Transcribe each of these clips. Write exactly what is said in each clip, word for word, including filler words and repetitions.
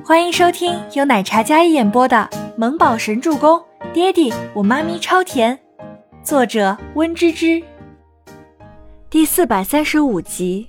欢迎收听由奶茶嘉一演播的《萌宝神助攻》，爹地我妈咪超甜，作者温芝芝。第四百三十五集。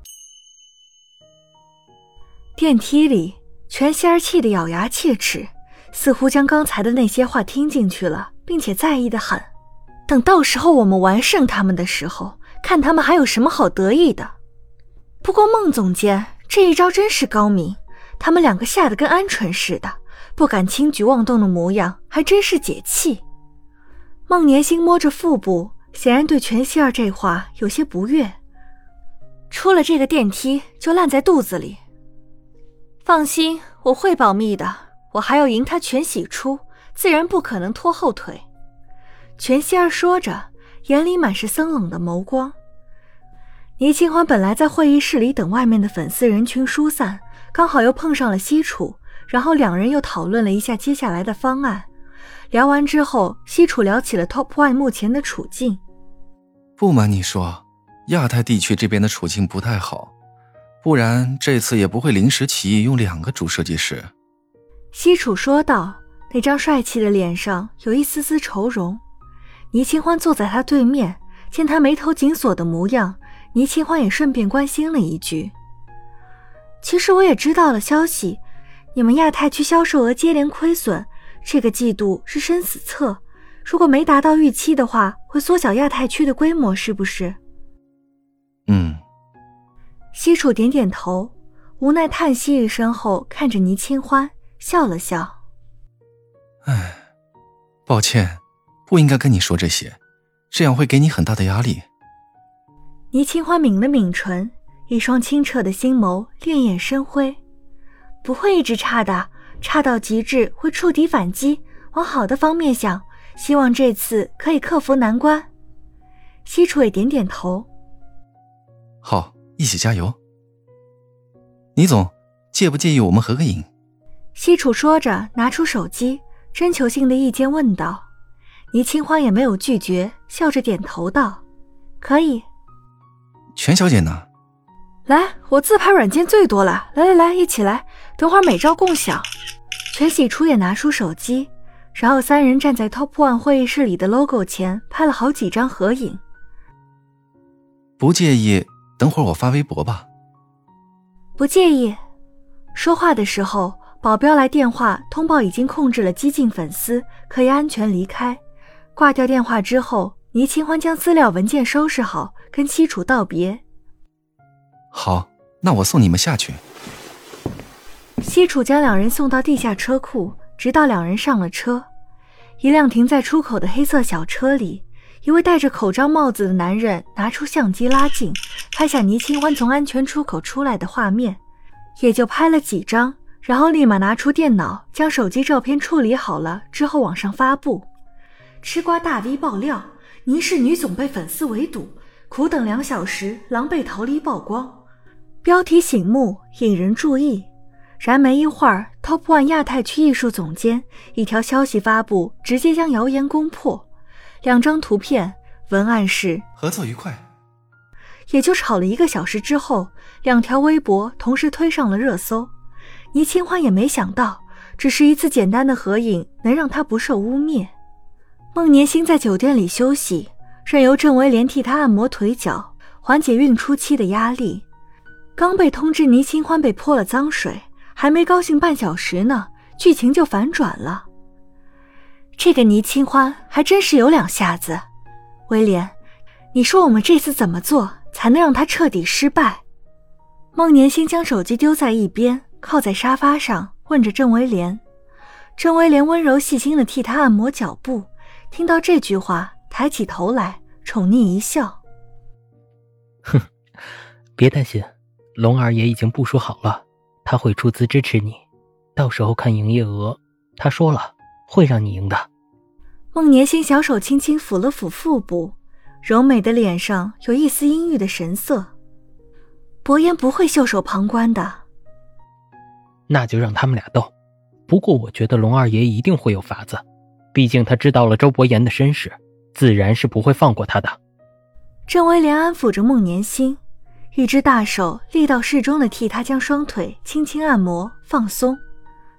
电梯里，全希儿气得咬牙切齿，似乎将刚才的那些话听进去了，并且在意得很。等到时候我们完胜他们的时候，看他们还有什么好得意的。不过孟总监这一招真是高明，他们两个吓得跟鹌鹑似的，不敢轻举妄动的模样还真是解气。孟年星摸着腹部，显然对全希儿这话有些不悦。出了这个电梯就烂在肚子里。放心，我会保密的，我还要赢他全喜出，自然不可能拖后腿。全希儿说着，眼里满是森冷的眸光。倪清欢本来在会议室里等外面的粉丝人群疏散，刚好又碰上了西楚，然后两人又讨论了一下接下来的方案。聊完之后，西楚聊起了 Top One 目前的处境。 不瞒你说，亚太地区这边的处境不太好，不然这次也不会临时起意用两个主设计师。 西楚说道，那张帅气的脸上有一丝丝愁容。倪清欢坐在他对面，见他眉头紧锁的模样，倪清欢也顺便关心了一句，其实我也知道了消息，你们亚太区销售额接连亏损，这个季度是生死测，如果没达到预期的话，会缩小亚太区的规模，是不是？ 嗯。 西楚点点头，无奈叹息一声后，看着倪清欢笑了笑。 唉，抱歉，不应该跟你说这些，这样会给你很大的压力。 倪清欢抿了抿唇，一双清澈的星眸潋滟生辉。不会一直差的，差到极致会触底反击，往好的方面想，希望这次可以克服难关。西楚也点点头。 好，一起加油。倪总，介不介意我们合个影？ 西楚说着拿出手机，征求性的意见问道。倪清欢也没有拒绝，笑着点头道，可以。 全小姐呢？ 来，我自拍软件最多了，来来来，一起来，等会儿每照共享。全喜初也拿出手机，然后三人站在 Top One 会议室里的 logo 前拍了好几张合影。 不介意等会儿我发微博吧？ 不介意。说话的时候，保镖来电话通报已经控制了激进粉丝，可以安全离开。挂掉电话之后，倪清欢将资料文件收拾好，跟西楚道别。 好，那我送你们下去。 西楚将两人送到地下车库，直到两人上了车。一辆停在出口的黑色小车里，一位戴着口罩帽子的男人拿出相机拉近，拍下倪清欢从安全出口出来的画面，也就拍了几张，然后立马拿出电脑将手机照片处理好了之后网上发布。吃瓜大 V 爆料，倪氏女总被粉丝围堵，苦等两小时狼狈逃离曝光。标题醒目，引人注意。然没一会儿 Top One 亚太区艺术总监一条消息发布，直接将谣言攻破。两张图片，文案是合作愉快。 也就吵了一个小时之后，两条微博同时推上了热搜。倪清欢也没想到，只是一次简单的合影能让他不受污蔑。孟年星在酒店里休息，任由郑维莲替他按摩腿脚，缓解孕初期的压力。刚被通知倪清欢被泼了脏水，还没高兴半小时呢，剧情就反转了。这个倪清欢还真是有两下子。威廉，你说我们这次怎么做才能让他彻底失败？孟年星将手机丢在一边，靠在沙发上问着郑威廉。郑威廉温柔细心地替他按摩脚部，听到这句话抬起头来宠溺一笑。 哼，别担心，龙二爷已经部署好了，他会出资支持你，到时候看营业额，他说了会让你赢的。 孟年星小手轻轻抚了抚腹部，柔美的脸上有一丝阴郁的神色。伯言不会袖手旁观的。 那就让他们俩斗，不过我觉得龙二爷一定会有法子，毕竟他知道了周伯言的身世，自然是不会放过他的。 郑威廉安抚着孟年星，一只大手力道适中地替他将双腿轻轻按摩放松。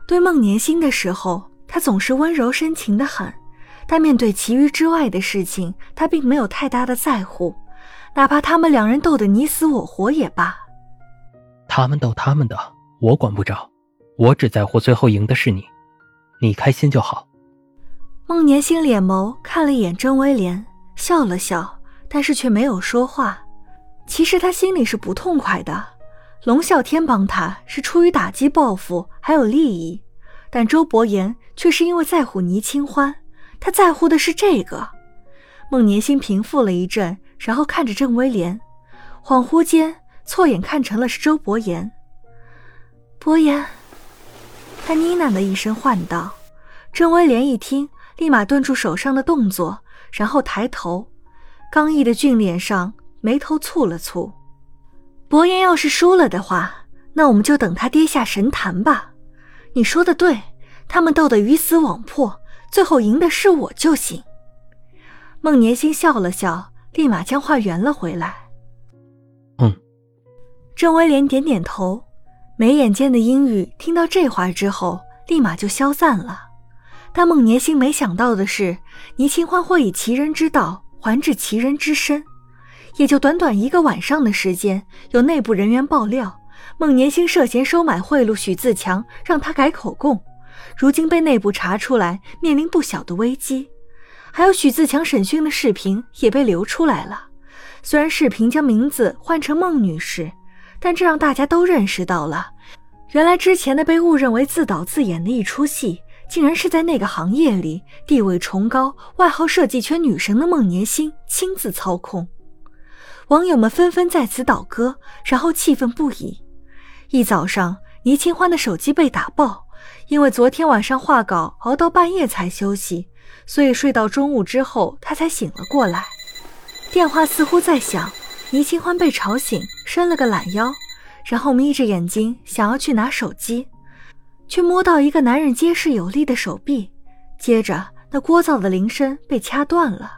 对孟年星的时候，他总是温柔深情的很，但面对其余之外的事情，他并没有太大的在乎，哪怕他们两人斗得你死我活也罢。 他们斗他们的，我管不着，我只在乎最后赢的是你，你开心就好。 孟年星脸眸看了一眼甄威廉，笑了笑，但是却没有说话。其实他心里是不痛快的，龙啸天帮他是出于打击报复还有利益，但周伯言却是因为在乎倪清欢，他在乎的是这个。孟年星平复了一阵，然后看着郑威廉，恍惚间错眼看成了是周伯言。伯言，他呢喃的一声唤道。郑威廉一听，立马顿住手上的动作，然后抬头，刚毅的俊脸上眉头蹙了蹙。伯言要是输了的话，那我们就等他跌下神坛吧。你说的对，他们斗得鱼死网破，最后赢的是我就行。孟年星笑了笑，立马将话圆了回来。 嗯。 郑威廉点点头，眉眼间的阴郁听到这话之后立马就消散了。但孟年星没想到的是，倪清欢会以其人之道还治其人之身。也就短短一个晚上的时间，有内部人员爆料，孟年星涉嫌收买贿赂许自强，让他改口供，如今被内部查出来，面临不小的危机。还有许自强审讯的视频也被流出来了，虽然视频将名字换成孟女士，但这让大家都认识到了，原来之前的被误认为自导自演的一出戏，竟然是在那个行业里地位崇高、外号设计圈女神的孟年星亲自操控。网友们纷纷在此倒戈，然后气愤不已。一早上，倪清欢的手机被打爆，因为昨天晚上画稿熬到半夜才休息，所以睡到中午之后他才醒了过来。电话似乎在响，倪清欢被吵醒，伸了个懒腰，然后眯着眼睛想要去拿手机，却摸到一个男人结实有力的手臂，接着那聒噪的铃声被掐断了。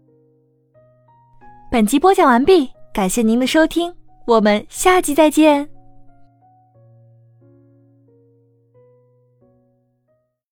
本集播讲完毕，感谢您的收听，我们下集再见。